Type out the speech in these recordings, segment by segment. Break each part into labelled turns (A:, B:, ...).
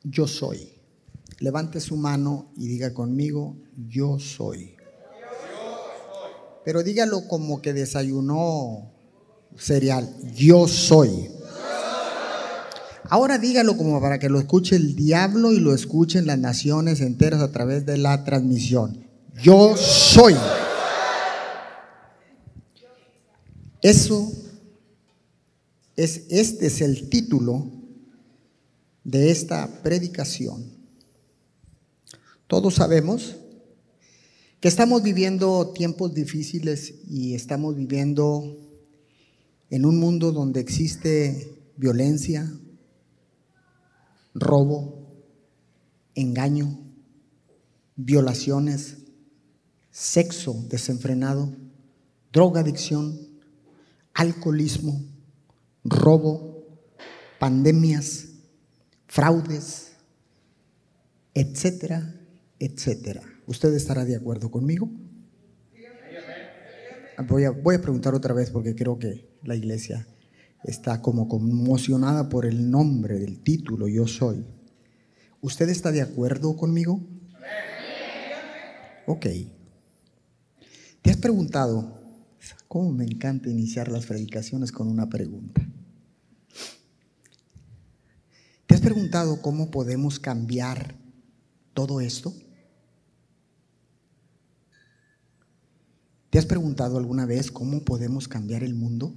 A: yo soy. Levante su mano y diga conmigo, yo soy. Pero dígalo como que desayunó cereal, yo soy. Ahora dígalo como para que lo escuche el diablo y lo escuchen las naciones enteras a través de la transmisión. Yo soy. Este es el título de esta predicación. Todos sabemos que estamos viviendo tiempos difíciles y estamos viviendo en un mundo donde existe violencia, robo, engaño, violaciones, sexo desenfrenado, drogadicción, alcoholismo, robo, pandemias, fraudes, etcétera, etcétera. ¿Usted estará de acuerdo conmigo? Voy a preguntar otra vez porque creo que la iglesia está como conmocionada por el nombre del título, yo soy. ¿Usted está de acuerdo conmigo? Ok. ¿Te has preguntado? ¿Cómo me encanta iniciar las predicaciones con una pregunta? ¿Te has preguntado cómo podemos cambiar todo esto? ¿Te has preguntado alguna vez cómo podemos cambiar el mundo?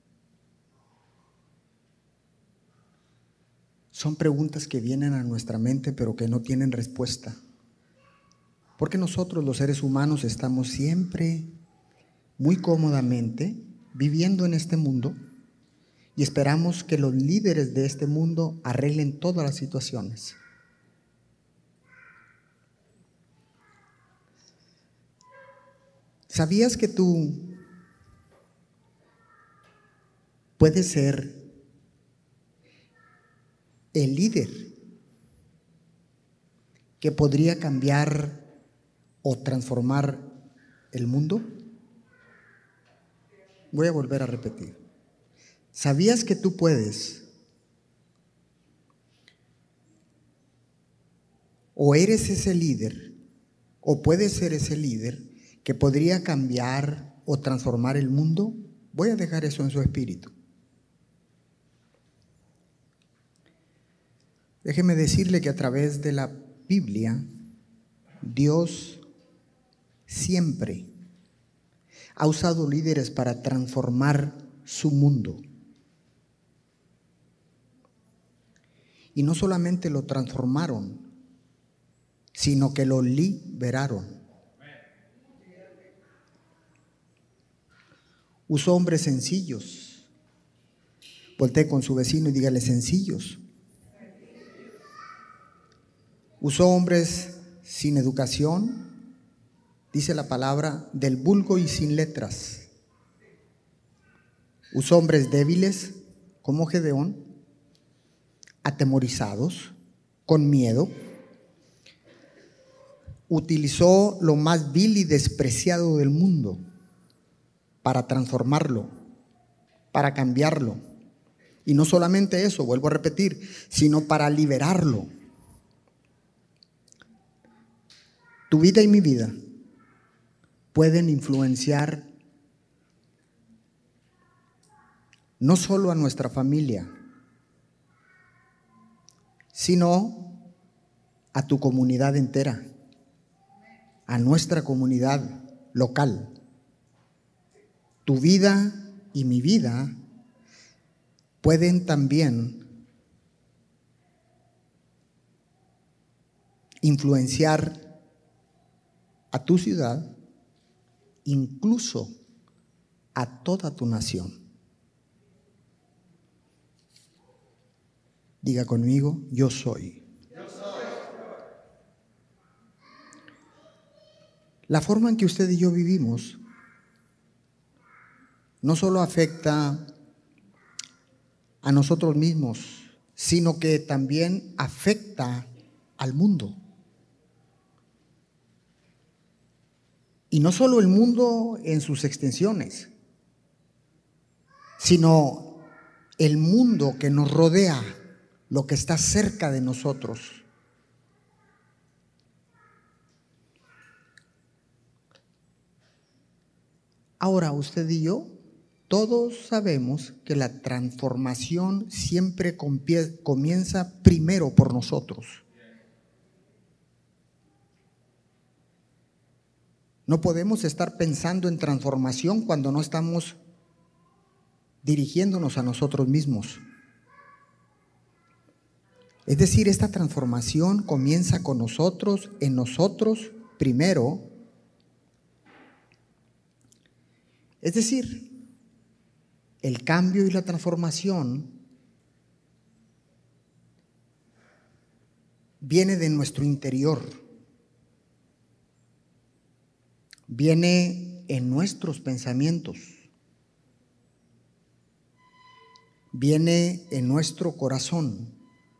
A: Son preguntas que vienen a nuestra mente pero que no tienen respuesta. Porque nosotros los seres humanos estamos siempre muy cómodamente viviendo en este mundo y esperamos que los líderes de este mundo arreglen todas las situaciones. ¿Sabías que tú puedes ser el líder que podría cambiar o transformar el mundo? Voy a volver a repetir. ¿Sabías que tú puedes o eres ese líder o puedes ser ese líder que podría cambiar o transformar el mundo? Voy a dejar eso en su espíritu. Déjeme decirle que a través de la Biblia, Dios siempre ha usado líderes para transformar su mundo. Y no solamente lo transformaron, sino que lo liberaron. Usó hombres sencillos. Voltee con su vecino y dígale sencillos. Usó hombres sin educación, dice la palabra, del vulgo y sin letras. Usó hombres débiles como Gedeón, atemorizados, con miedo. Utilizó lo más vil y despreciado del mundo para transformarlo, para cambiarlo. Y no solamente eso, vuelvo a repetir, sino para liberarlo. Tu vida y mi vida pueden influenciar no solo a nuestra familia, sino a tu comunidad entera, a nuestra comunidad local. Tu vida y mi vida pueden también influenciar a tu ciudad, incluso a toda tu nación. Diga conmigo, yo soy. La forma en que usted y yo vivimos no solo afecta a nosotros mismos, sino que también afecta al mundo. Y no solo el mundo en sus extensiones, sino el mundo que nos rodea, lo que está cerca de nosotros. Ahora, usted y yo, todos sabemos que la transformación siempre comienza primero por nosotros. No podemos estar pensando en transformación cuando no estamos dirigiéndonos a nosotros mismos. Es decir, esta transformación comienza con nosotros, en nosotros primero. Es decir, el cambio y la transformación viene de nuestro interior, viene en nuestros pensamientos, viene en nuestro corazón.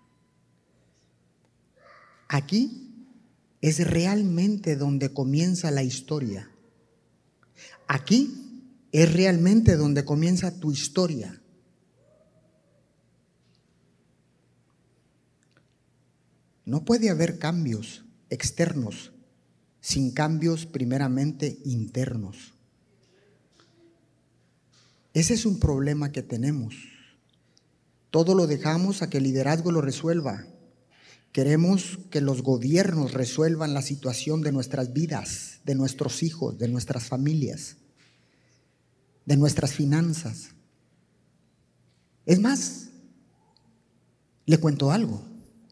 A: Aquí es realmente donde comienza la historia. Aquí es realmente donde comienza tu historia. No puede haber cambios externos sin cambios primeramente internos. Ese es un problema que tenemos. Todo lo dejamos a que el liderazgo lo resuelva. Queremos que los gobiernos resuelvan la situación de nuestras vidas, de nuestros hijos, de nuestras familias, de nuestras finanzas. Es más, le cuento algo.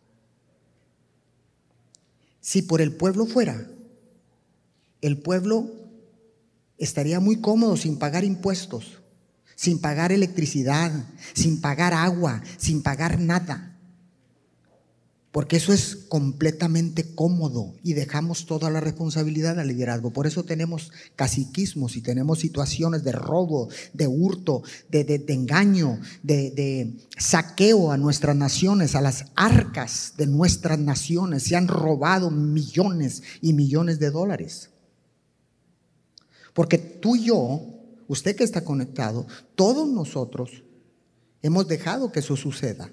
A: Si por el pueblo fuera, el pueblo estaría muy cómodo sin pagar impuestos, sin pagar electricidad, sin pagar agua, sin pagar nada. Porque eso es completamente cómodo y dejamos toda la responsabilidad al liderazgo. Por eso tenemos caciquismos y tenemos situaciones de robo, de hurto, de engaño, de saqueo a nuestras naciones, a las arcas de nuestras naciones. Se han robado millones y millones de dólares. Porque tú y yo, usted que está conectado, todos nosotros hemos dejado que eso suceda.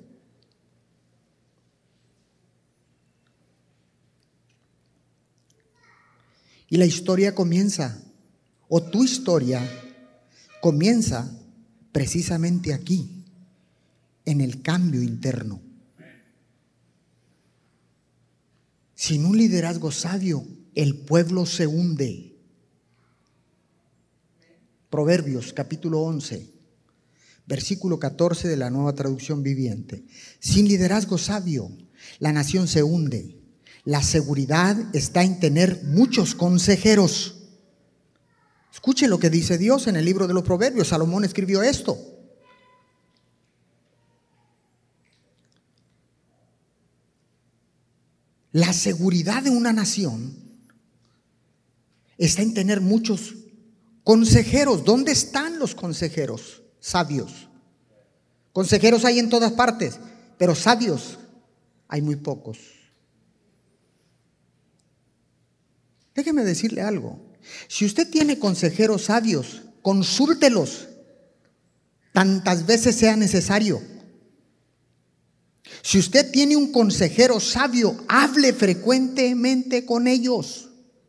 A: Y la historia comienza, o tu historia comienza precisamente aquí, en el cambio interno. Sin un liderazgo sabio, el pueblo se hunde. Proverbios capítulo 11, versículo 14 de la Nueva Traducción Viviente. Sin liderazgo sabio, la nación se hunde. La seguridad está en tener muchos consejeros. Escuche lo que dice Dios en el libro de los Proverbios. Salomón escribió esto. La seguridad de una nación está en tener muchos consejeros. ¿Dónde están los consejeros sabios? Consejeros hay en todas partes, pero sabios hay muy pocos. Déjeme decirle algo. Si usted tiene consejeros sabios, consúltelos tantas veces sea necesario. Si usted tiene un consejero sabio, hable frecuentemente con ellos.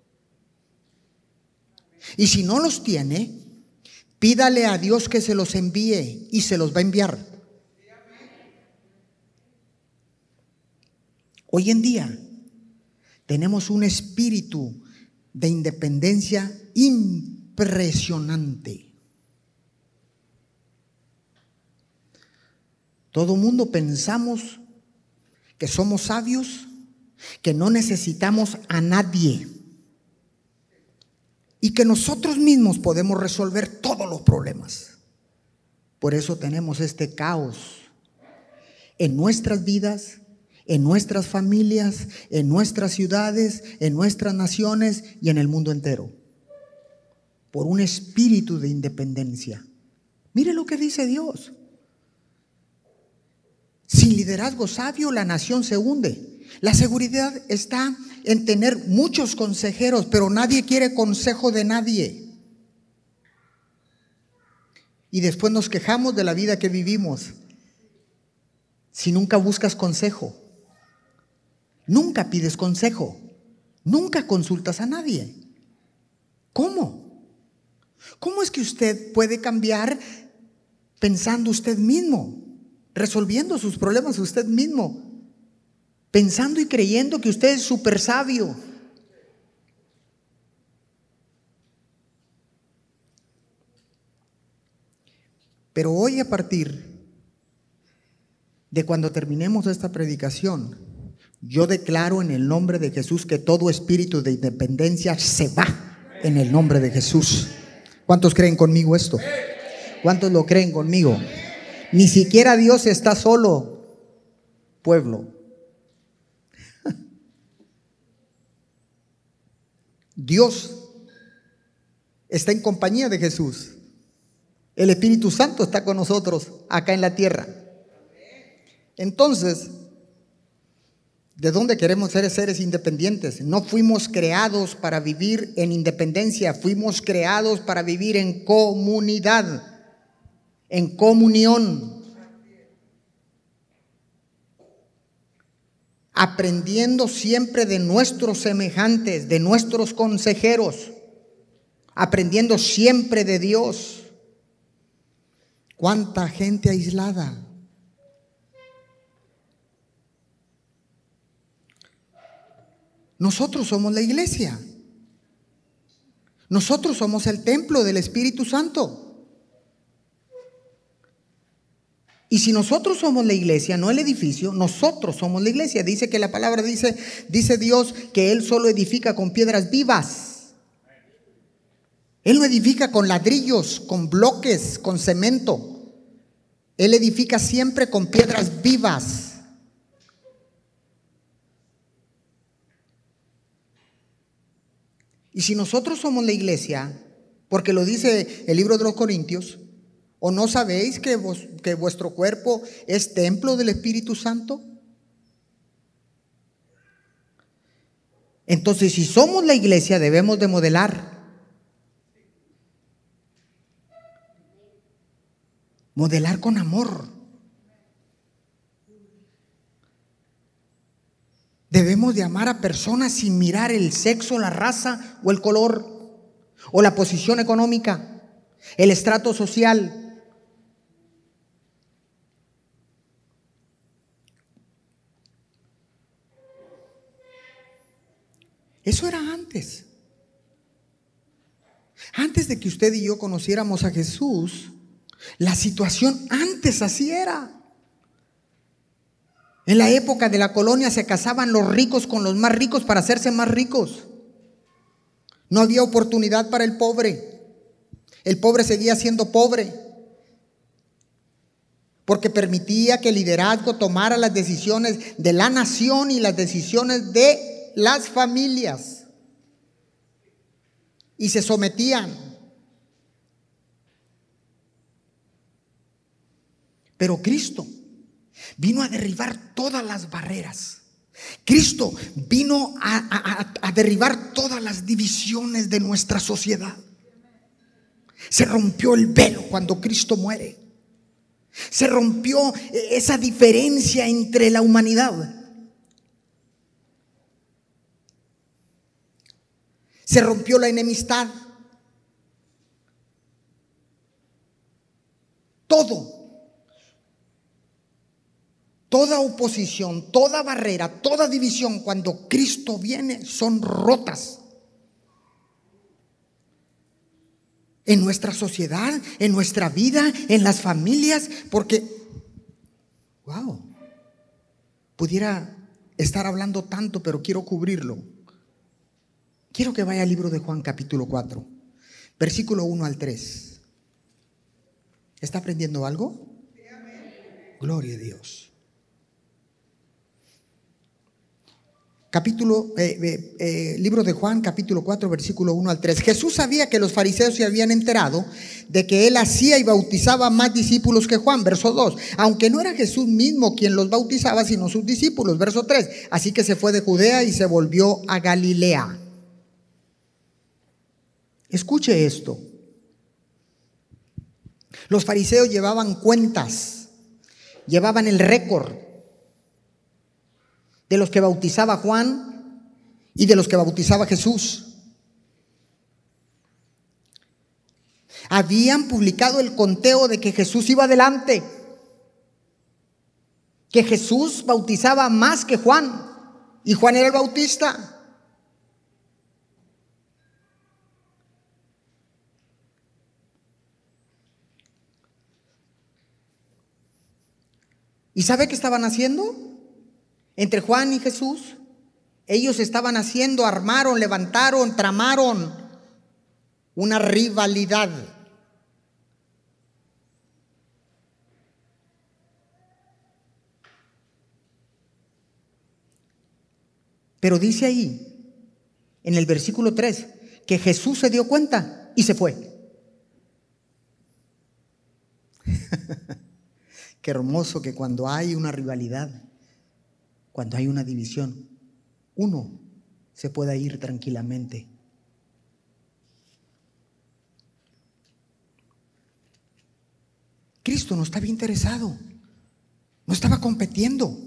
A: Y si no los tiene, pídale a Dios que se los envíe y se los va a enviar. Hoy en día tenemos un espíritu de independencia impresionante. Todo mundo pensamos que somos sabios, que no necesitamos a nadie y que nosotros mismos podemos resolver todos los problemas. Por eso tenemos este caos en nuestras vidas, en nuestras familias, en nuestras ciudades, en nuestras naciones y en el mundo entero. Por un espíritu de independencia. Mire lo que dice Dios. Sin liderazgo sabio, la nación se hunde. La seguridad está en tener muchos consejeros, pero nadie quiere consejo de nadie. Y después nos quejamos de la vida que vivimos. si nunca buscas consejo? Nunca pides consejo. Nunca consultas a nadie. ¿Cómo? ¿Cómo es que usted puede cambiar pensando usted mismo, resolviendo sus problemas usted mismo, pensando y creyendo que usted es súper sabio? Pero hoy, a partir de cuando terminemos esta predicación, yo declaro en el nombre de Jesús que todo espíritu de independencia se va en el nombre de Jesús. ¿Cuántos creen conmigo esto? ¿Cuántos lo creen conmigo? Ni siquiera Dios está solo, pueblo. Dios está en compañía de Jesús. El Espíritu Santo está con nosotros acá en la tierra. Entonces, ¿de dónde queremos ser seres independientes? No fuimos creados para vivir en independencia, fuimos creados para vivir en comunidad, en comunión, aprendiendo siempre de nuestros semejantes, de nuestros consejeros, aprendiendo siempre de Dios. ¿Cuánta gente aislada? Nosotros somos la iglesia. Nosotros somos el templo del Espíritu Santo. Y si nosotros somos la iglesia, no el edificio, nosotros somos la iglesia. Dice que la palabra dice Dios que Él solo edifica con piedras vivas. Él no edifica con ladrillos, con bloques, con cemento. Él edifica siempre con piedras vivas. Y si nosotros somos la iglesia, porque lo dice el libro de los Corintios, ¿o no sabéis que vuestro cuerpo es templo del Espíritu Santo? Entonces, si somos la iglesia, debemos de modelar. Modelar con amor. Debemos de amar a personas sin mirar el sexo, la raza o el color, o la posición económica, el estrato social. Eso era antes. Antes de que usted y yo conociéramos a Jesús, la situación antes así era. En la época de la colonia se casaban los ricos con los más ricos para hacerse más ricos. No había oportunidad para el pobre. El pobre seguía siendo pobre porque permitía que el liderazgo tomara las decisiones de la nación y las decisiones de las familias. Y se sometían. Pero Cristo vino a derribar todas las barreras. Cristo vino a derribar todas las divisiones de nuestra sociedad. Se rompió el velo cuando Cristo muere. Se rompió esa diferencia entre la humanidad. Se rompió la enemistad. Toda oposición, toda barrera, toda división, cuando Cristo viene, son rotas. En nuestra sociedad, en nuestra vida, en las familias, porque, pudiera estar hablando tanto, pero quiero cubrirlo. Quiero que vaya al libro de Juan capítulo 4, versículo 1 al 3. ¿Está aprendiendo algo? Gloria a Dios. Libro de Juan, capítulo 4, versículo 1 al 3. Jesús sabía que los fariseos se habían enterado de que él hacía y bautizaba más discípulos que Juan, verso 2. Aunque no era Jesús mismo quien los bautizaba, sino sus discípulos, verso 3. Así que se fue de Judea y se volvió a Galilea. Escuche esto. Los fariseos llevaban cuentas, llevaban el récord. de los que bautizaba Juan y de los que bautizaba Jesús. Habían publicado el conteo de que Jesús iba adelante, que Jesús bautizaba más que Juan y Juan era el bautista. ¿Y sabe qué estaban haciendo? Entre Juan y Jesús, ellos estaban haciendo, armaron, levantaron, tramaron una rivalidad. Pero dice ahí, en el versículo 3, que Jesús se dio cuenta y se fue. Qué hermoso que cuando hay una rivalidad, cuando hay una división, uno se pueda ir tranquilamente. Cristo no estaba interesado, no estaba compitiendo,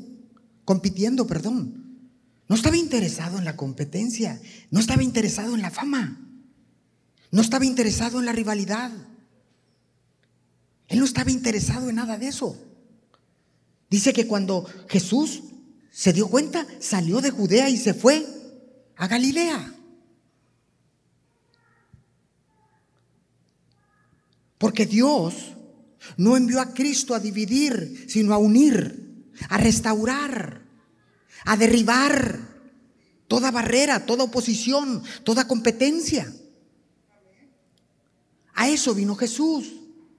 A: no estaba interesado en la competencia, no estaba interesado en la fama, no estaba interesado en la rivalidad. Él no estaba interesado en nada de eso. Dice que cuando Jesús se dio cuenta, salió de Judea y se fue a Galilea. Porque Dios no envió a Cristo a dividir, sino a unir, a restaurar, a derribar toda barrera, toda oposición, toda competencia. A eso vino Jesús.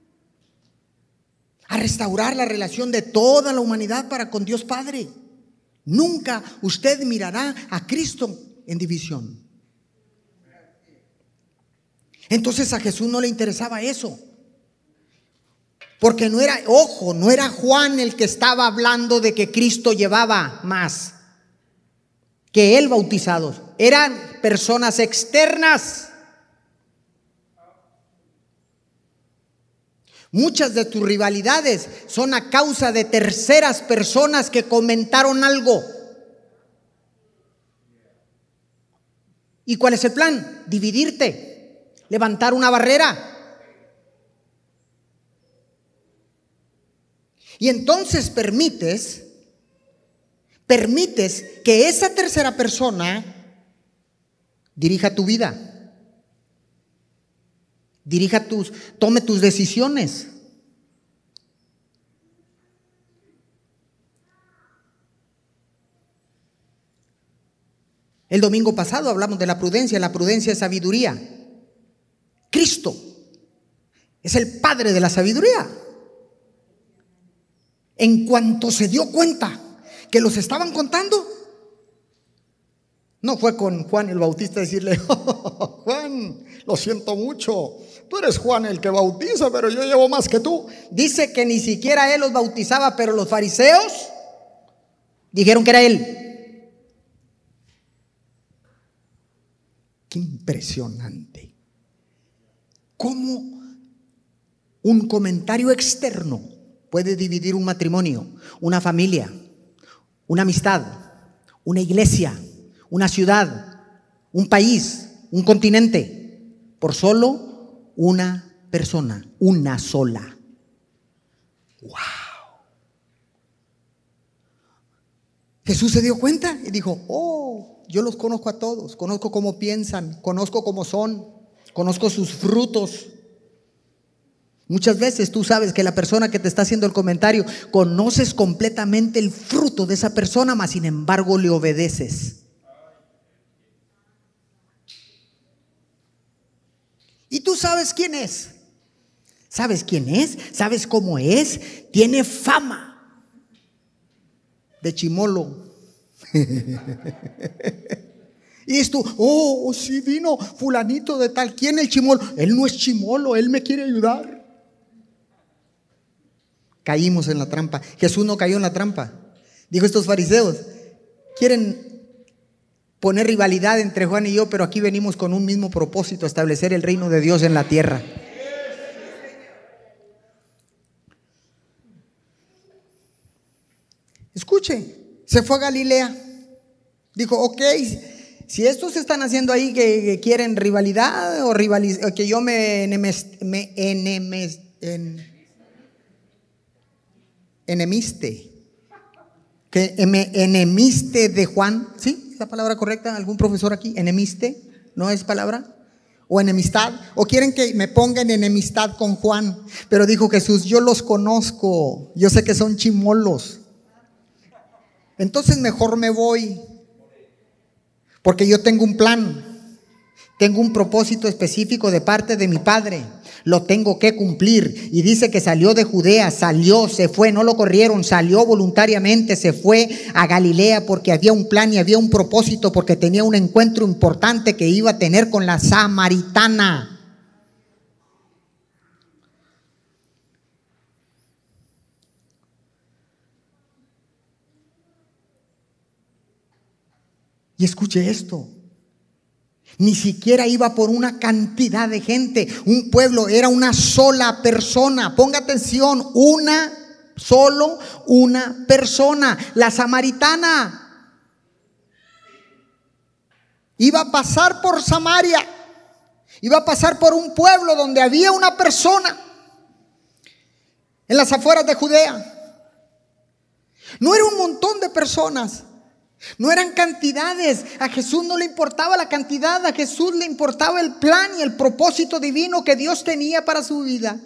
A: A restaurar la relación de toda la humanidad para con Dios Padre. Nunca usted mirará a Cristo en división. Entonces a Jesús no le interesaba eso. Porque no era Juan el que estaba hablando de que Cristo llevaba más que él bautizados. Eran personas externas. Muchas de tus rivalidades son a causa de terceras personas que comentaron algo. ¿Y cuál es el plan? Dividirte, levantar una barrera. Y entonces permites que esa tercera persona dirija tu vida. Tome tus decisiones. El domingo pasado hablamos de la prudencia. La prudencia es sabiduría. Cristo es el Padre de la sabiduría. En cuanto se dio cuenta que los estaban contando, no fue con Juan el Bautista a decirle: oh, Juan, lo siento mucho, tú eres Juan el que bautiza, pero yo llevo más que tú. Dice que ni siquiera él los bautizaba, pero los fariseos dijeron que era él. Qué impresionante. Cómo un comentario externo puede dividir un matrimonio, una familia, una amistad, una iglesia, una ciudad, un país, un continente, por solo una persona, una sola. ¡Wow! Jesús se dio cuenta y dijo: oh, yo los conozco a todos, conozco cómo piensan, conozco cómo son, conozco sus frutos. Muchas veces tú sabes que la persona que te está haciendo el comentario, conoces completamente el fruto de esa persona, mas sin embargo le obedeces. Y tú sabes quién es. ¿Sabes quién es? ¿Sabes cómo es? Tiene fama de chimolo. Y dices tú: oh, sí vino fulanito de tal. ¿Quién es el chimolo? Él no es chimolo, él me quiere ayudar. Caímos en la trampa. Jesús no cayó en la trampa. Dijo: estos fariseos quieren poner rivalidad entre Juan y yo, pero aquí venimos con un mismo propósito: establecer el reino de Dios en la tierra. Escuche, se fue a Galilea. Dijo, ok, si estos están haciendo ahí que quieren rivalidad o que yo enemiste, que me enemiste de Juan, ¿sí? ¿Es la palabra correcta? ¿Algún profesor aquí? ¿Enemiste? ¿No es palabra? ¿O enemistad? ¿O quieren que me ponga en enemistad con Juan? Pero dijo Jesús, yo los conozco, yo sé que son chimolos, entonces mejor me voy, porque yo tengo un plan, tengo un propósito específico de parte de mi Padre. Lo tengo que cumplir. Y dice que salió de Judea, salió, se fue, no lo corrieron, salió voluntariamente, se fue a Galilea porque había un plan y había un propósito, porque tenía un encuentro importante que iba a tener con la samaritana. Y escuche esto. Ni siquiera iba por una cantidad de gente. Un pueblo era una sola persona. Ponga atención, una persona. La samaritana iba a pasar por Samaria. Iba a pasar por un pueblo donde había una persona. En las afueras de Judea. No era un montón de personas. No eran cantidades. A Jesús no le importaba la cantidad. A Jesús le importaba el plan y el propósito divino que Dios tenía para su vida.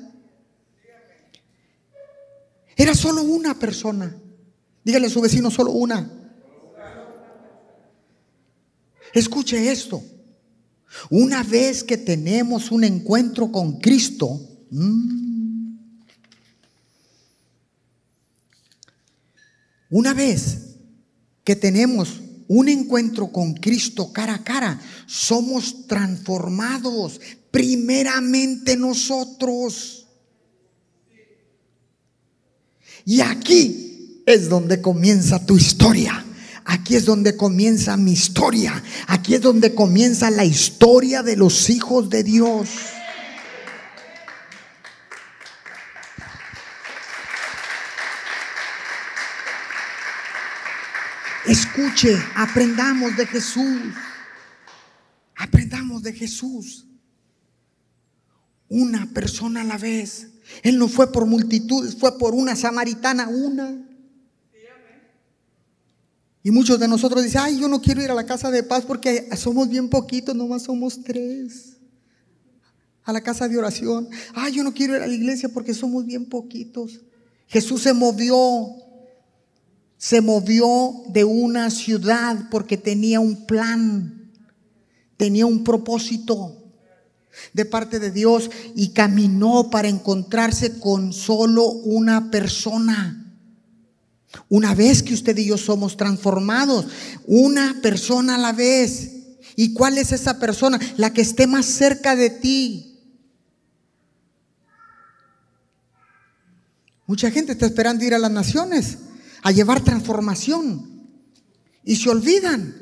A: Era solo una persona. Dígale a su vecino, solo una. Escuche esto. Una vez que tenemos un encuentro con Cristo, una vez que tenemos un encuentro con Cristo cara a cara, somos transformados, primeramente nosotros. Y aquí es donde comienza tu historia. Aquí es donde comienza mi historia. Aquí es donde comienza la historia de los hijos de Dios. Escuche, aprendamos de Jesús. Aprendamos de Jesús. Una persona a la vez. Él no fue por multitudes, fue por una samaritana, una. Y muchos de nosotros dicen, ay, yo no quiero ir a la casa de paz porque somos bien poquitos, nomás somos 3. A la casa de oración, ay, yo no quiero ir a la iglesia porque somos bien poquitos. Jesús se movió de una ciudad porque tenía un plan, tenía un propósito de parte de Dios, y caminó para encontrarse con solo una persona. Una vez que usted y yo somos transformados, una persona a la vez. ¿Y cuál es esa persona? La que esté más cerca de ti. Mucha gente está esperando ir a las naciones a llevar transformación y se olvidan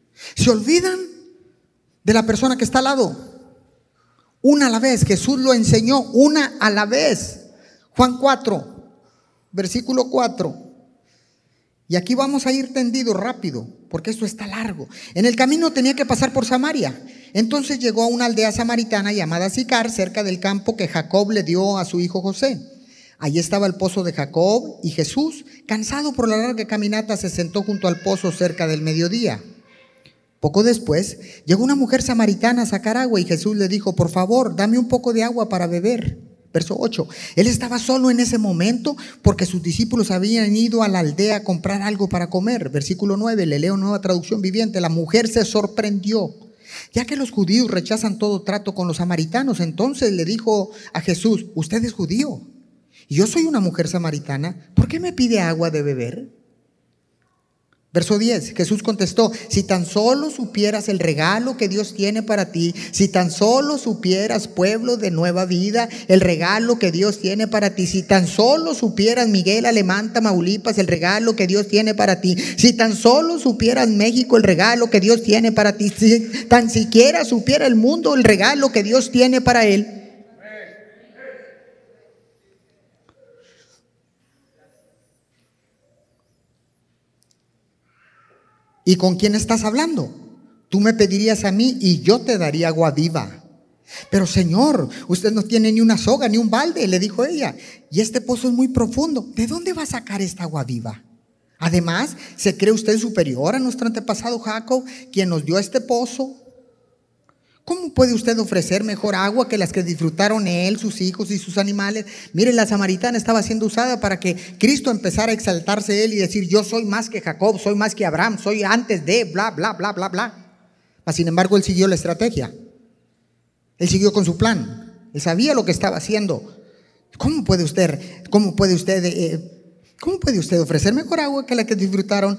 A: de la persona que está al lado. Una a la vez. Jesús lo enseñó, una a la vez. Juan 4, versículo 4. Y aquí vamos a ir tendido rápido, porque esto está largo. En el camino tenía que pasar por Samaria. Entonces llegó a una aldea samaritana llamada Sicar, cerca del campo que Jacob le dio a su hijo José. Allí estaba el pozo de Jacob, y Jesús, cansado por la larga caminata, se sentó junto al pozo cerca del mediodía. Poco después llegó una mujer samaritana a sacar agua, y Jesús le dijo, por favor, dame un poco de agua para beber. Verso 8. Él estaba solo en ese momento porque sus discípulos habían ido a la aldea a comprar algo para comer. Versículo 9, le leo Nueva Traducción Viviente. La mujer se sorprendió, ya que los judíos rechazan todo trato con los samaritanos. Entonces le dijo a Jesús, usted es judío y yo soy una mujer samaritana, ¿por qué me pide agua de beber? Verso 10, Jesús contestó, si tan solo supieras el regalo que Dios tiene para ti, si tan solo supieras, pueblo de Nueva Vida, el regalo que Dios tiene para ti, si tan solo supieras, Miguel Alemán, Tamaulipas, el regalo que Dios tiene para ti, si tan solo supieras, México, el regalo que Dios tiene para ti, si tan siquiera supiera el mundo el regalo que Dios tiene para él. ¿Y con quién estás hablando? Tú me pedirías a mí y yo te daría agua viva. Pero Señor, usted no tiene ni una soga ni un balde, le dijo ella, y este pozo es muy profundo. ¿De dónde va a sacar esta agua viva? Además, ¿se cree usted superior a nuestro antepasado Jacob, quien nos dio este pozo? ¿Cómo puede usted ofrecer mejor agua que las que disfrutaron él, sus hijos y sus animales? Mire, la samaritana estaba siendo usada para que Cristo empezara a exaltarse él y decir: yo soy más que Jacob, soy más que Abraham, soy antes de bla, bla, bla, bla, bla. Mas, sin embargo, él siguió la estrategia. Él siguió con su plan. Él sabía lo que estaba haciendo. ¿Cómo puede usted ofrecer mejor agua que la que disfrutaron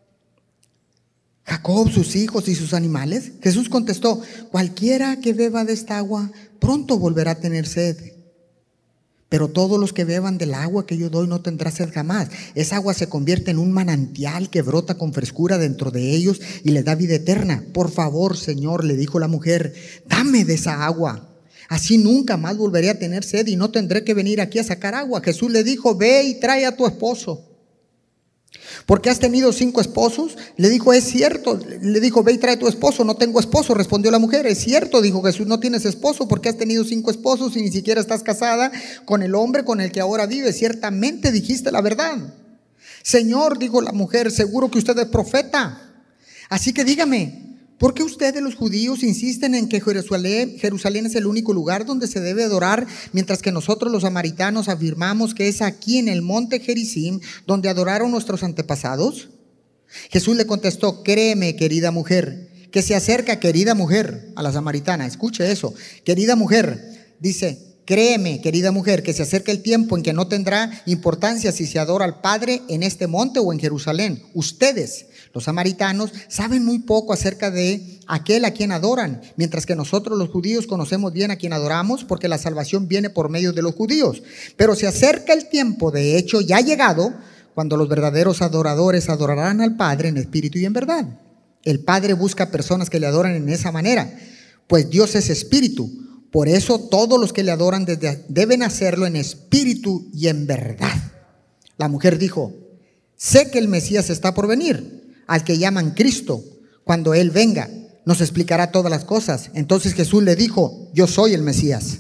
A: Jacob, sus hijos y sus animales? Jesús contestó: cualquiera que beba de esta agua pronto volverá a tener sed. Pero todos los que beban del agua que yo doy no tendrán sed jamás. Esa agua se convierte en un manantial que brota con frescura dentro de ellos y les da vida eterna. Por favor, Señor, le dijo la mujer, dame de esa agua. Así nunca más volveré a tener sed y no tendré que venir aquí a sacar agua. Jesús le dijo: ve y trae a tu esposo. ¿Por qué has tenido 5 esposos? Le dijo: es cierto. Le dijo: ve y trae a tu esposo. No tengo esposo, respondió la mujer. Es cierto, dijo Jesús, no tienes esposo porque has tenido 5 esposos y ni siquiera estás casada con el hombre con el que ahora vives. Ciertamente dijiste la verdad. Señor, dijo la mujer, seguro que usted es profeta. Así que dígame, ¿por qué ustedes los judíos insisten en que Jerusalén es el único lugar donde se debe adorar, mientras que nosotros los samaritanos afirmamos que es aquí en el monte Gerizim donde adoraron nuestros antepasados? Jesús le contestó: créeme, querida mujer, que se acerca, querida mujer, a la samaritana. Escuche eso, querida mujer, dice: créeme, querida mujer, que se acerca el tiempo en que no tendrá importancia si se adora al Padre en este monte o en Jerusalén. Ustedes, los samaritanos, saben muy poco acerca de aquel a quien adoran, mientras que nosotros los judíos conocemos bien a quien adoramos, porque la salvación viene por medio de los judíos. Pero se acerca el tiempo, de hecho ya ha llegado, cuando los verdaderos adoradores adorarán al Padre en espíritu y en verdad. El Padre busca personas que le adoran en esa manera, pues Dios es espíritu. Por eso todos los que le adoran deben hacerlo en espíritu y en verdad. La mujer dijo: sé que el Mesías está por venir, al que llaman Cristo. Cuando Él venga, nos explicará todas las cosas. Entonces Jesús le dijo: yo soy el Mesías.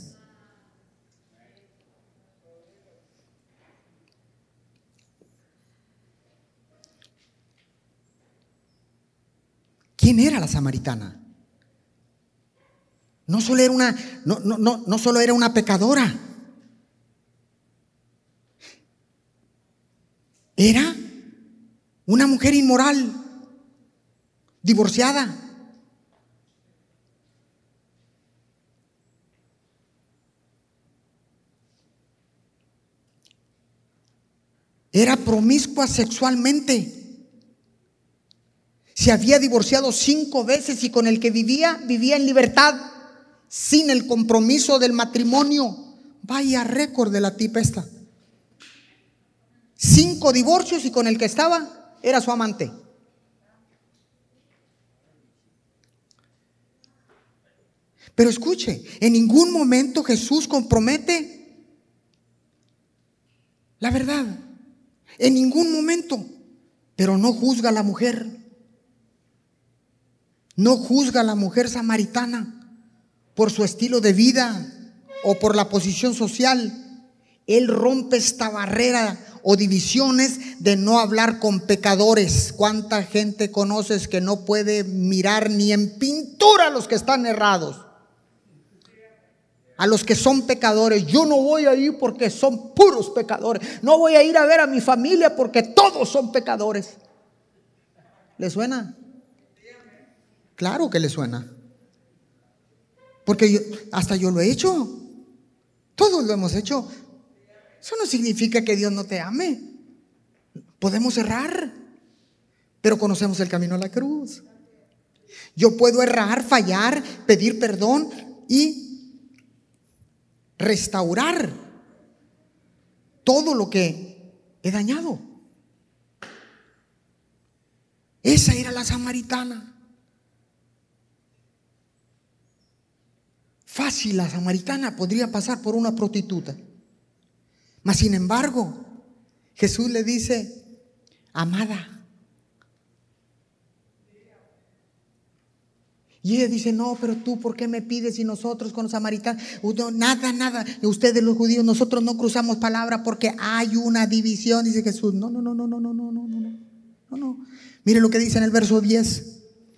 A: ¿Quién era la samaritana? No solo era una pecadora, era una mujer inmoral, divorciada. Era promiscua sexualmente. Se había divorciado 5 veces y con el que vivía en libertad, sin el compromiso del matrimonio. Vaya récord de la tipa esta. 5 divorcios y con el que estaba era su amante. Pero escuche, en ningún momento Jesús compromete la verdad. En ningún momento. Pero no juzga a la mujer. No juzga a la mujer samaritana por su estilo de vida o por la posición social. Él rompe esta barrera o divisiones de no hablar con pecadores. ¿Cuánta gente conoces que no puede mirar ni en pintura a los que están errados? A los que son pecadores. Yo no voy a ir porque son puros pecadores. No voy a ir a ver a mi familia porque todos son pecadores. ¿Le suena? Claro que le suena. Porque hasta yo lo he hecho. Todos lo hemos hecho. Eso no significa que Dios no te ame. Podemos errar, pero conocemos el camino a la cruz. Yo puedo errar, fallar, pedir perdón y restaurar todo lo que he dañado. Esa era la samaritana. Fácil, la samaritana podría pasar por una prostituta. Mas sin embargo, Jesús le dice: amada, Y ella dice, no, pero tú, ¿por qué me pides? Y nosotros con los samaritanos, no, nada, ustedes los judíos, nosotros no cruzamos palabra porque hay una división. Dice Jesús, no. Mire lo que dice en el verso 10.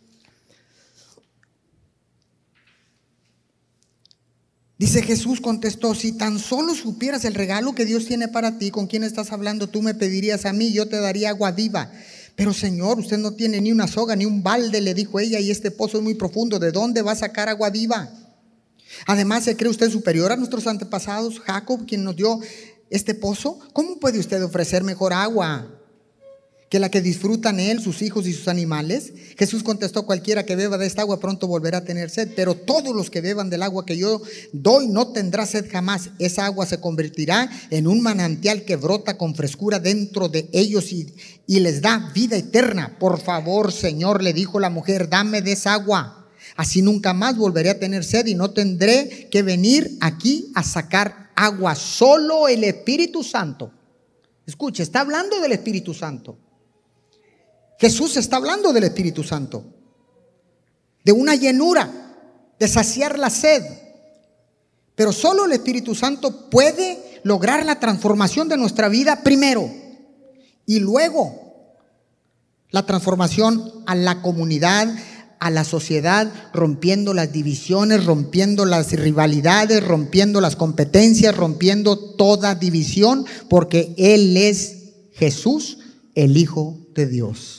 A: Dice Jesús contestó, si tan solo supieras el regalo que Dios tiene para ti, ¿con quién estás hablando? Tú me pedirías a mí, yo te daría agua viva. Pero Señor, usted no tiene ni una soga ni un balde, le dijo ella, y este pozo es muy profundo. ¿De dónde va a sacar agua viva? Además, ¿se cree usted superior a nuestros antepasados, Jacob, quien nos dio este pozo? ¿Cómo puede usted ofrecer mejor agua que la que disfrutan él, sus hijos y sus animales? Jesús contestó, cualquiera que beba de esta agua pronto volverá a tener sed, pero todos los que beban del agua que yo doy no tendrá sed jamás. Esa agua se convertirá en un manantial que brota con frescura dentro de ellos y les da vida eterna. Por favor, Señor, le dijo la mujer, dame de esa agua. Así nunca más volveré a tener sed y no tendré que venir aquí a sacar agua. Solo el Espíritu Santo. Escuche, está hablando del Espíritu Santo. Jesús está hablando del Espíritu Santo, de una llenura, de saciar la sed. Pero solo el Espíritu Santo puede lograr la transformación de nuestra vida primero y luego la transformación a la comunidad, a la sociedad, rompiendo las divisiones, rompiendo las rivalidades, rompiendo las competencias, rompiendo toda división, porque Él es Jesús, el Hijo de Dios.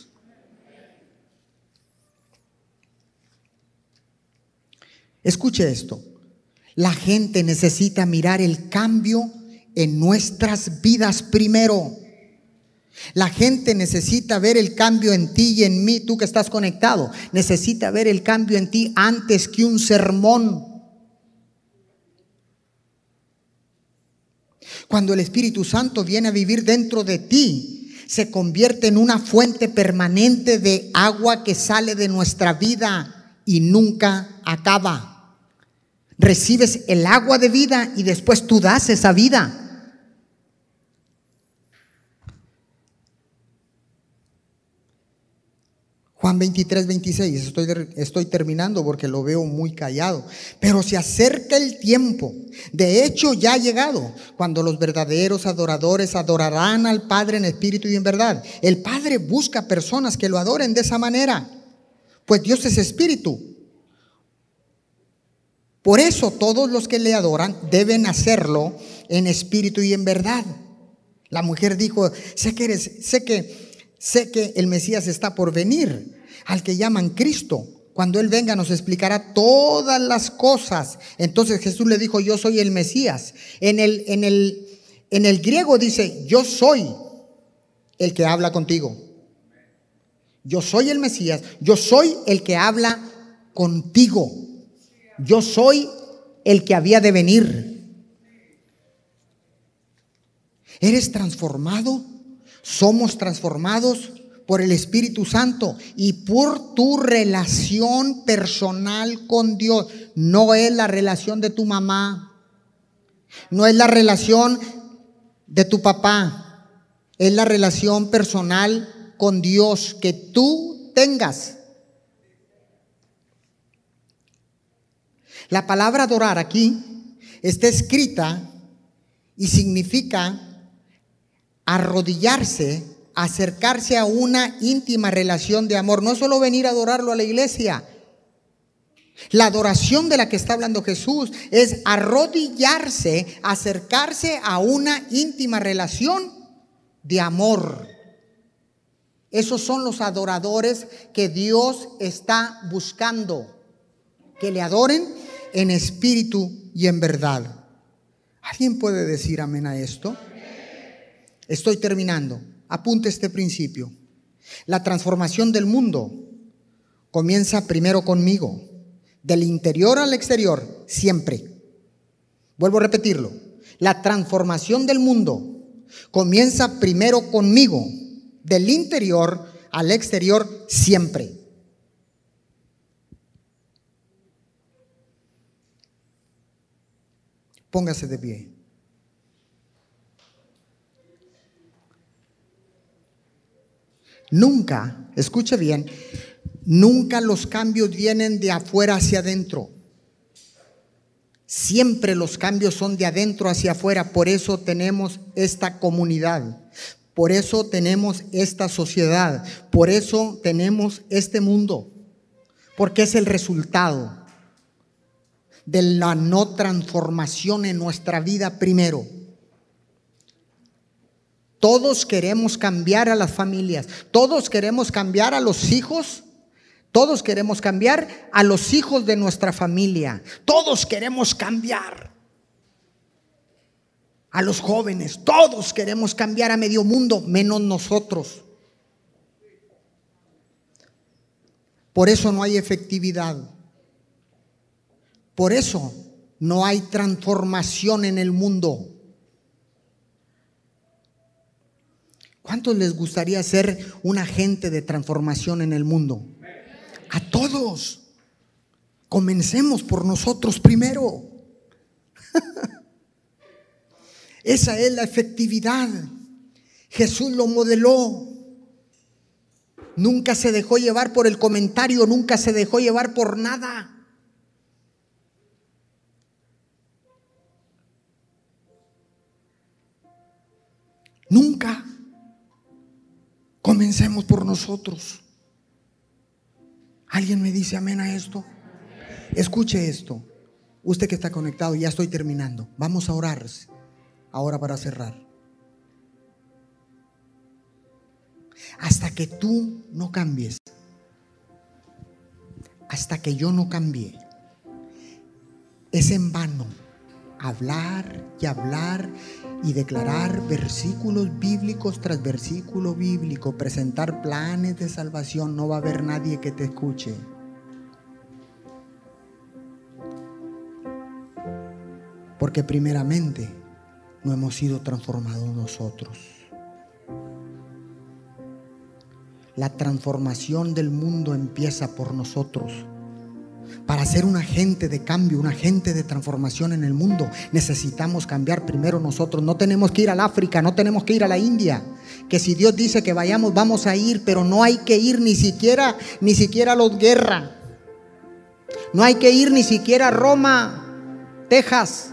A: Escuche esto, la gente necesita mirar el cambio en nuestras vidas primero. La gente necesita ver el cambio en ti y en mí, tú que estás conectado, necesita ver el cambio en ti antes que un sermón. Cuando el Espíritu Santo viene a vivir dentro de ti, se convierte en una fuente permanente de agua que sale de nuestra vida y nunca acaba. Recibes el agua de vida y después tú das esa vida. Juan 23, 26, estoy terminando porque lo veo muy callado. Pero se acerca el tiempo, de hecho ya ha llegado, cuando los verdaderos adoradores adorarán al Padre en espíritu y en verdad. El Padre busca personas que lo adoren de esa manera, pues Dios es espíritu. Por eso todos los que le adoran deben hacerlo en espíritu y en verdad. La mujer dijo, sé que el Mesías está por venir, al que llaman Cristo. Cuando Él venga nos explicará todas las cosas. Entonces Jesús le dijo, yo soy el Mesías. En el griego dice, yo soy el que habla contigo. Yo soy el Mesías, yo soy el que habla contigo. Yo soy el que había de venir. ¿Eres transformado? Somos transformados por el Espíritu Santo y por tu relación personal con Dios. No es la relación de tu mamá, no es la relación de tu papá, es la relación personal con Dios que tú tengas. La palabra adorar aquí está escrita y significa arrodillarse, acercarse a una íntima relación de amor. No es solo venir a adorarlo a la iglesia. La adoración de la que está hablando Jesús es arrodillarse, acercarse a una íntima relación de amor. Esos son los adoradores que Dios está buscando, que le adoren en espíritu y en verdad. ¿Alguien puede decir amén a esto? Estoy terminando. Apunte este principio. La transformación del mundo comienza primero conmigo, del interior al exterior, siempre. Vuelvo a repetirlo. La transformación del mundo comienza primero conmigo, del interior al exterior, siempre. Póngase de pie. Nunca, escuche bien, Nunca los cambios vienen de afuera hacia adentro. Siempre los cambios son de adentro hacia afuera. Por eso tenemos esta comunidad. Por eso tenemos esta sociedad. Por eso tenemos este mundo. Porque es el resultado de la no transformación en nuestra vida primero. Todos queremos cambiar a las familias. Todos queremos cambiar a los hijos. Todos queremos cambiar a los hijos de nuestra familia. Todos queremos cambiar a los jóvenes. Todos queremos cambiar a medio mundo, menos nosotros. Por eso no hay efectividad. Por eso no hay transformación en el mundo. ¿Cuántos les gustaría ser un agente de transformación en el mundo? A todos. Comencemos por nosotros primero. Esa es la efectividad. Jesús lo modeló. Nunca se dejó llevar por el comentario, nunca se dejó llevar por nada. Nunca. Comencemos por nosotros. ¿Alguien me dice amén a esto? Escuche esto. Usted que está conectado, ya estoy terminando. Vamos a orar ahora para cerrar. Hasta que tú no cambies, hasta que yo no cambie, es en vano hablar y declarar versículos bíblicos tras versículo bíblico, presentar planes de salvación. No va a haber nadie que te escuche. Porque primeramente no hemos sido transformados nosotros. La transformación del mundo empieza por nosotros. Para ser un agente de cambio, un agente de transformación en el mundo, necesitamos cambiar primero nosotros. No tenemos que ir al África, no tenemos que ir a la India. Que si Dios dice que vayamos, vamos a ir, pero no hay que ir ni siquiera a los guerras. No hay que ir ni siquiera a Roma, Texas.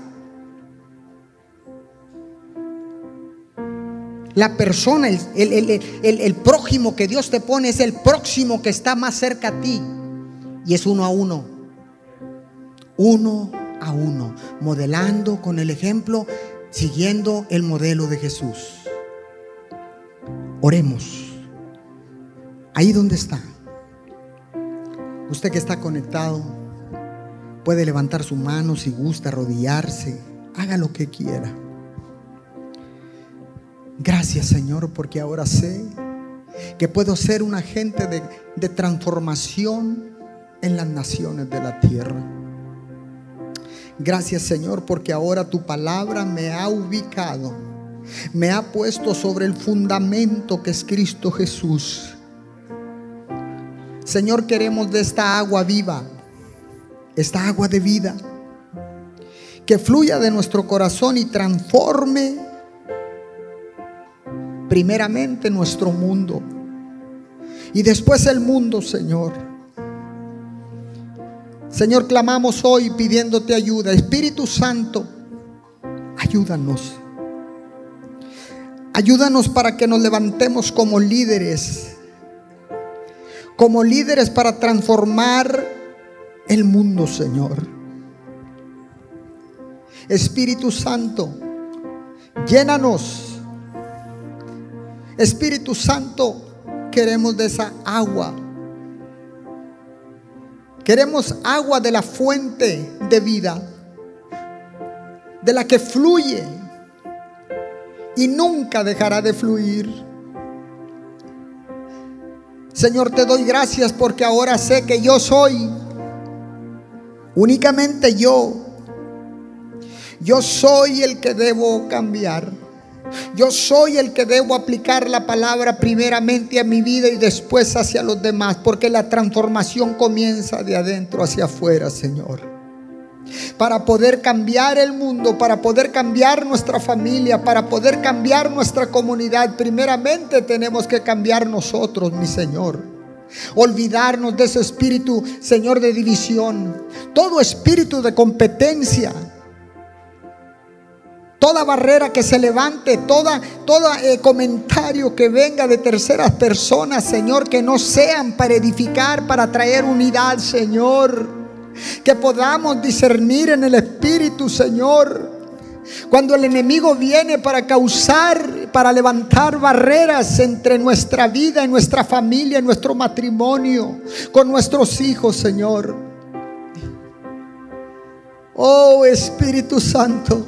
A: La persona, el prójimo que Dios te pone es el próximo que está más cerca a ti. Y es uno a uno. Uno a uno. Modelando con el ejemplo, siguiendo el modelo de Jesús. Oremos. Ahí donde está. Usted que está conectado, puede levantar su mano si gusta, arrodillarse. Haga lo que quiera. Gracias, Señor, porque ahora sé que puedo ser un agente de transformación en las naciones de la tierra. Gracias, Señor, porque ahora tu palabra me ha ubicado, me ha puesto sobre el fundamento que es Cristo Jesús. Señor, queremos de esta agua viva, esta agua de vida, que fluya de nuestro corazón y transforme primeramente nuestro mundo y después el mundo, Señor. Señor, clamamos hoy pidiéndote ayuda. Espíritu Santo, ayúdanos. Ayúdanos para que nos levantemos como líderes para transformar el mundo, Señor. Espíritu Santo, llénanos. Espíritu Santo, queremos de esa agua. Queremos agua de la fuente de vida, de la que fluye y nunca dejará de fluir. Señor, te doy gracias porque ahora sé que yo soy, únicamente yo soy el que debo cambiar. Yo soy el que debo aplicar la palabra primeramente a mi vida y después hacia los demás, porque la transformación comienza de adentro hacia afuera, Señor. Para poder cambiar el mundo, para poder cambiar nuestra familia, para poder cambiar nuestra comunidad, primeramente tenemos que cambiar nosotros, mi Señor. Olvidarnos de ese espíritu, Señor, de división. Todo espíritu de competencia. Toda barrera que se levante, todo comentario que venga de terceras personas, Señor, que no sean para edificar, para traer unidad, Señor. Que podamos discernir en el espíritu, Señor. Cuando el enemigo viene para causar, para levantar barreras entre nuestra vida, en nuestra familia, en nuestro matrimonio, con nuestros hijos, Señor. Oh Espíritu Santo,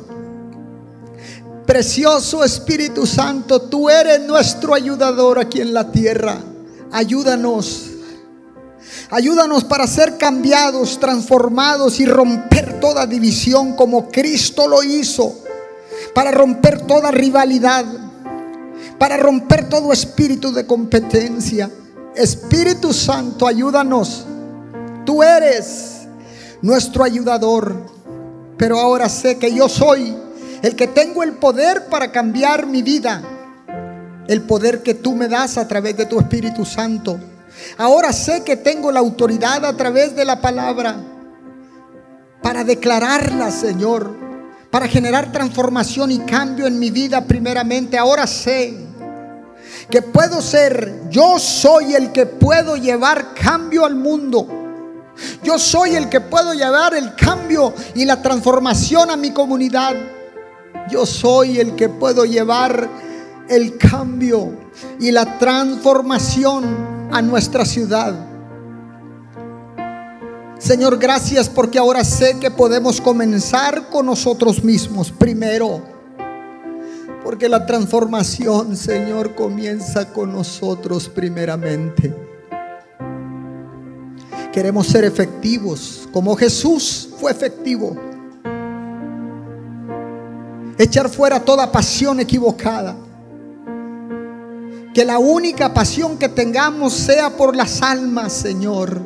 A: precioso Espíritu Santo, tú eres nuestro ayudador aquí en la tierra. Ayúdanos. Ayúdanos para ser cambiados, transformados y romper toda división como Cristo lo hizo. Para romper toda rivalidad, para romper todo espíritu de competencia. Espíritu Santo, ayúdanos. Tú eres nuestro ayudador. Pero ahora sé que yo soy el que tengo el poder para cambiar mi vida. El poder que tú me das a través de tu Espíritu Santo. Ahora sé que tengo la autoridad a través de la palabra para declararla, Señor, para generar transformación y cambio en mi vida primeramente. Ahora sé que puedo ser, yo soy el que puedo llevar cambio al mundo. Yo soy el que puedo llevar el cambio y la transformación a mi comunidad. Yo soy el que puedo llevar el cambio y la transformación a nuestra ciudad. Señor, gracias porque ahora sé que podemos comenzar con nosotros mismos primero, porque la transformación, Señor, comienza con nosotros primeramente. Queremos ser efectivos como Jesús fue efectivo. Echar fuera toda pasión equivocada. Que la única pasión que tengamos sea por las almas, Señor.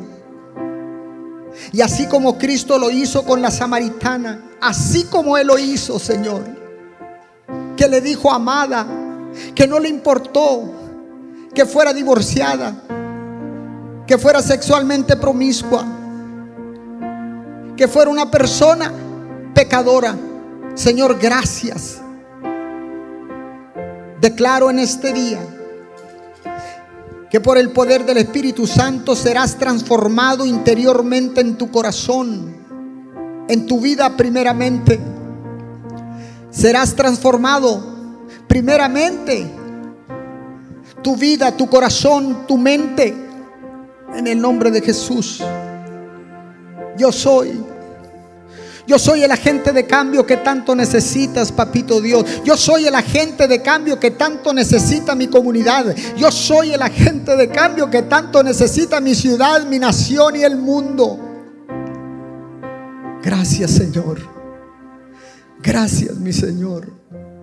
A: Y así como Cristo lo hizo con la samaritana, así como Él lo hizo, Señor, que le dijo amada, que no le importó que fuera divorciada, que fuera sexualmente promiscua, que fuera una persona pecadora. Señor, gracias. Declaro en este día que por el poder del Espíritu Santo serás transformado interiormente en tu corazón, en tu vida primeramente. Serás transformado primeramente tu vida, tu corazón, tu mente, en el nombre de Jesús. Yo soy el agente de cambio que tanto necesitas, papito Dios. Yo soy el agente de cambio que tanto necesita mi comunidad. Yo soy el agente de cambio que tanto necesita mi ciudad, mi nación y el mundo. Gracias, Señor. Gracias, mi Señor.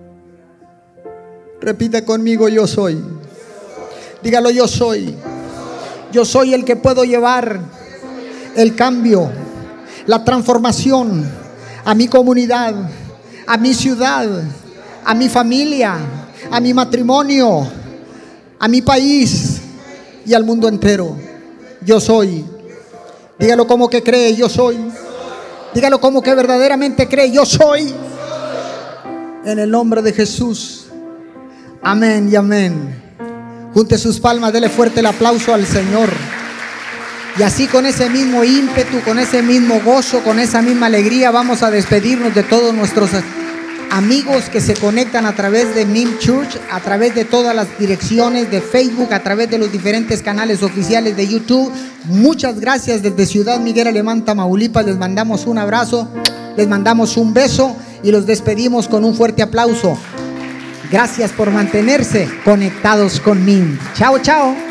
A: Repita conmigo: yo soy. Dígalo: yo soy. Yo soy el que puedo llevar el cambio, la transformación a mi comunidad, a mi ciudad, a mi familia, a mi matrimonio, a mi país y al mundo entero. Yo soy. Dígalo como que cree: yo soy. Dígalo como que verdaderamente cree: yo soy. En el nombre de Jesús. Amén y amén. Junte sus palmas, dele fuerte el aplauso al Señor. Y así, con ese mismo ímpetu, con ese mismo gozo, con esa misma alegría, vamos a despedirnos de todos nuestros amigos que se conectan a través de MIM Church, a través de todas las direcciones de Facebook, a través de los diferentes canales oficiales de YouTube. Muchas gracias desde Ciudad Miguel Alemán, Tamaulipas. Les mandamos un abrazo, les mandamos un beso y los despedimos con un fuerte aplauso. Gracias por mantenerse conectados con MIM. Chao, chao.